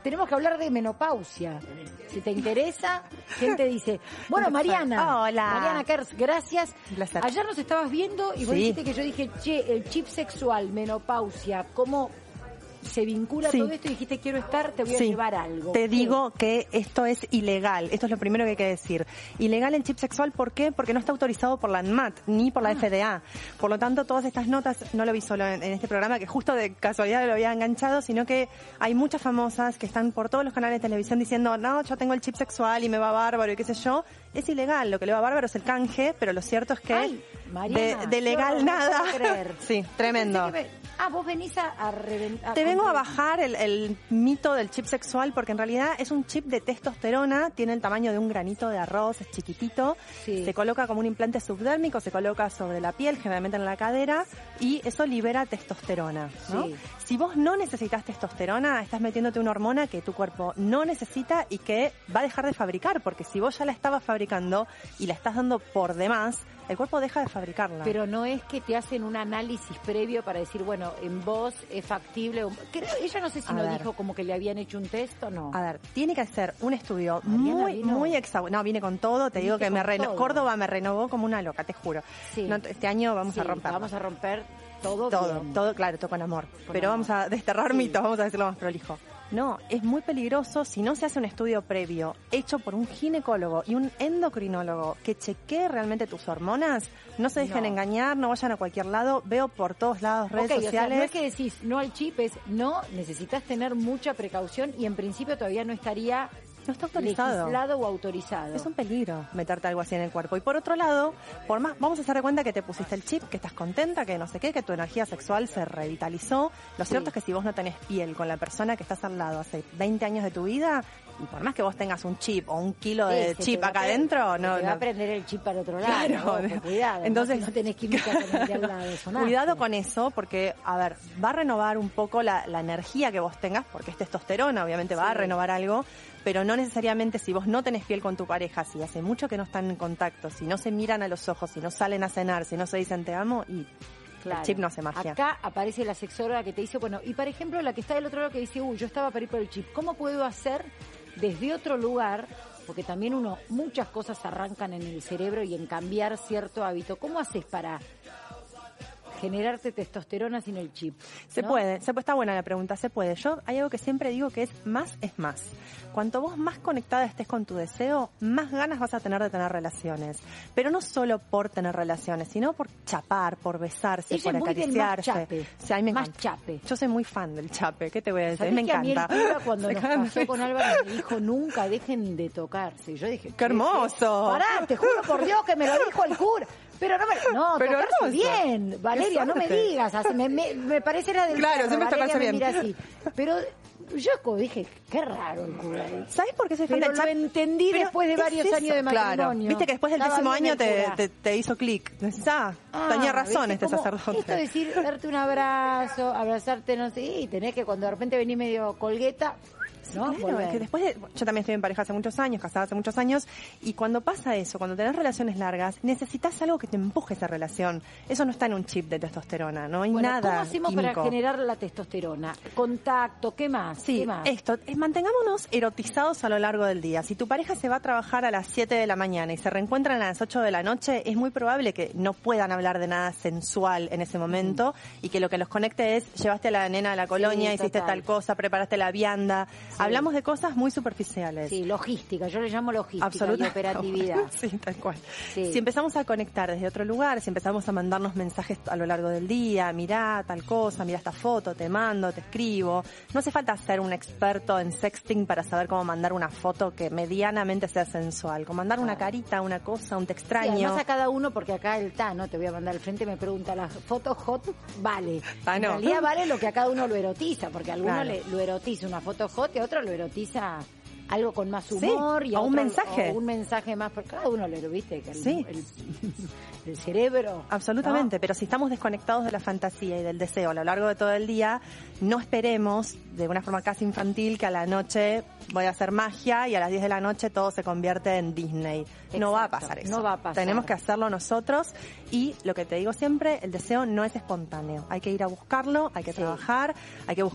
tenemos que hablar de menopausia. Si te interesa, gente dice, bueno, Mariana. Hola. Mariana Kers, gracias. Un placer. Ayer nos estabas viendo y vos Sí. dijiste que yo dije, che, el chip sexual, menopausia, ¿cómo se vincula Sí. todo esto? Y dijiste, quiero estar, te voy a Sí. llevar algo. Te ¿Qué? digo que esto es ilegal. Esto es lo primero que hay que decir. Ilegal el chip sexual, ¿por qué? Porque no está autorizado por la ANMAT ni por la FDA. Por lo tanto, todas estas notas, no lo vi solo en este programa, que justo de casualidad lo había enganchado, sino que hay muchas famosas que están por todos los canales de televisión diciendo, no, yo tengo el chip sexual y me va bárbaro y qué sé yo. Es ilegal. Lo que le va bárbaro es el canje, pero lo cierto es que Ay, Mariana, de legal yo no nada. puedo creer. Sí, tremendo. Vos venís a reventar. Te vengo a bajar el mito del chip sexual porque en realidad es un chip de testosterona, tiene el tamaño de un granito de arroz, es chiquitito, Sí. se coloca como un implante subdérmico, se coloca sobre la piel, generalmente en la cadera, y eso libera testosterona, ¿no? Sí. Si vos no necesitas testosterona, estás metiéndote una hormona que tu cuerpo no necesita y que va a dejar de fabricar, porque si vos ya la estabas fabricando y la estás dando por demás, el cuerpo deja de fabricarla. Pero no es que te hacen un análisis previo para decir, bueno, en vos es factible. Ella no sé si A nos ver. dijo como que le habían hecho un test o no. A ver, tiene que hacer un estudio Mariana vino. muy exhaustivo. No, vine con todo, te digo Viniste que con todo. Córdoba me renovó como una loca, te juro. Sí. No, este año vamos Sí, a romper. Vamos a romper todo bien. Todo, claro, todo con amor. Pero amor. vamos a desterrar Sí. mitos, vamos a decirlo más prolijo. No, es muy peligroso si no se hace un estudio previo hecho por un ginecólogo y un endocrinólogo que chequee realmente tus hormonas. No se dejen No. engañar, no vayan a cualquier lado. Veo por todos lados redes Ok, o sea, sociales. no es que decís no al chip, es no, necesitas tener mucha precaución y en principio todavía no estaría No está autorizado. legislado o autorizado. Es un peligro meterte algo así en el cuerpo. Y por otro lado, por más, vamos a hacer de cuenta que te pusiste el chip, que estás contenta, que no sé qué, que tu energía sexual se revitalizó. Lo Sí. cierto es que si vos no tenés piel con la persona que estás al lado hace 20 años de tu vida, y por más que vos tengas un chip o un kilo de Sí, se chip te va acá a pre- adentro, se no, te va a no. prender el chip para otro lado. Claro. Ojo, cuidado. Entonces- ¿no? Si no tenés química con el de al lado. sonaste. Cuidado con eso, porque, a ver, va a renovar un poco la energía que vos tengas, porque es testosterona, obviamente va a Sí. renovar algo, pero no necesariamente si vos no tenés piel con tu pareja, si hace mucho que no están en contacto, si no se miran a los ojos, si no salen a cenar, si no se dicen te amo, y Claro. el chip no hace magia. Acá aparece la sexóloga que te dice, bueno, y por ejemplo la que está del otro lado que dice, yo estaba para ir por el chip, ¿cómo puedo hacer desde otro lugar? Porque también muchas cosas arrancan en el cerebro y en cambiar cierto hábito. ¿Cómo haces para generarte testosterona sin el chip? Se ¿no? puede, está buena la pregunta, se puede. Yo hay algo que siempre digo que es más. Cuanto vos más conectada estés con tu deseo, más ganas vas a tener de tener relaciones. Pero no solo por tener relaciones, sino por chapar, por besarse, Ella por es muy del más acariciarse. chape. Sí, a mí me Más encanta. chape. Yo soy muy fan del chape, ¿qué te voy a decir? ¿Sabés Me que a mí el encanta. cura cuando Me nos encanta. casó con Álvaro me dijo, nunca dejen de tocarse? Y yo dije, ¡Qué hermoso! Pará, te juro por Dios que me lo dijo el cura. Pero Pero tocarse hermoso. bien. Valeria, no me suerte. digas. Me parece era del Claro, perro, siempre te Valeria parece me bien. mira así. Pero yo como dije, qué raro el cura. ¿Sabes por qué soy fan Pero del lo chape? entendí Pero después de es varios eso, años de matrimonio. Claro. Viste que después del Estaba 10º bien año el cura. te hizo clic. Decís, tenía razón ¿viste? este Como sacerdote. Esto de decir, darte un abrazo, abrazarte, no sé, y tenés que cuando de repente venís medio colgueta, ¿no? Claro, Volver. es que después yo también estoy en pareja hace muchos años, casada hace muchos años, y cuando pasa eso, cuando tenés relaciones largas, necesitas algo que te empuje esa relación. Eso no está en un chip de testosterona, no hay Bueno, nada ¿cómo hacemos químico. para generar la testosterona? Contacto, ¿qué más? Sí, ¿Qué más? esto, mantengámonos erotizados a lo largo del día. Si tu pareja se va a trabajar a las 7 de la mañana y se reencuentran a las 8 de la noche, es muy probable que no puedan hablar de nada sensual en ese momento y que lo que los conecte es, llevaste a la nena a la colonia, hiciste total. tal cosa, preparaste la vianda. Sí. Hablamos de cosas muy superficiales. Sí, logística, yo le llamo logística y Absolutamente. operatividad. Sí, tal cual. Sí. Si empezamos a conectar desde otro lugar, si empezamos a mandarnos mensajes a lo largo del día, mirá tal cosa, mirá esta foto, te mando, te escribo. No hace falta ser un experto en sexting para saber cómo mandar una foto que medianamente sea sensual. Con mandar una carita, una cosa, un te Sí, extraño. además a cada uno, porque acá el Tano, te voy a mandar al frente, me pregunta, ¿la foto hot vale? Ah, no. En realidad vale lo que a cada uno lo erotiza, porque a alguno Claro. lo erotiza una foto hot y a otro lo erotiza algo con más Sí, humor y a o un otro- mensaje. o un mensaje más, porque cada uno lo viste, que Sí. el cerebro. Absolutamente, ¿no? pero si estamos desconectados de la fantasía y del deseo a lo largo de todo el día, no esperemos de una forma casi infantil que a la noche voy a hacer magia y a las 10 de la noche todo se convierte en Disney. No va a Exacto, pasar eso. no va a pasar. Tenemos que hacerlo nosotros y lo que te digo siempre, el deseo no es espontáneo. Hay que ir a buscarlo, hay que Sí. trabajar, hay que buscar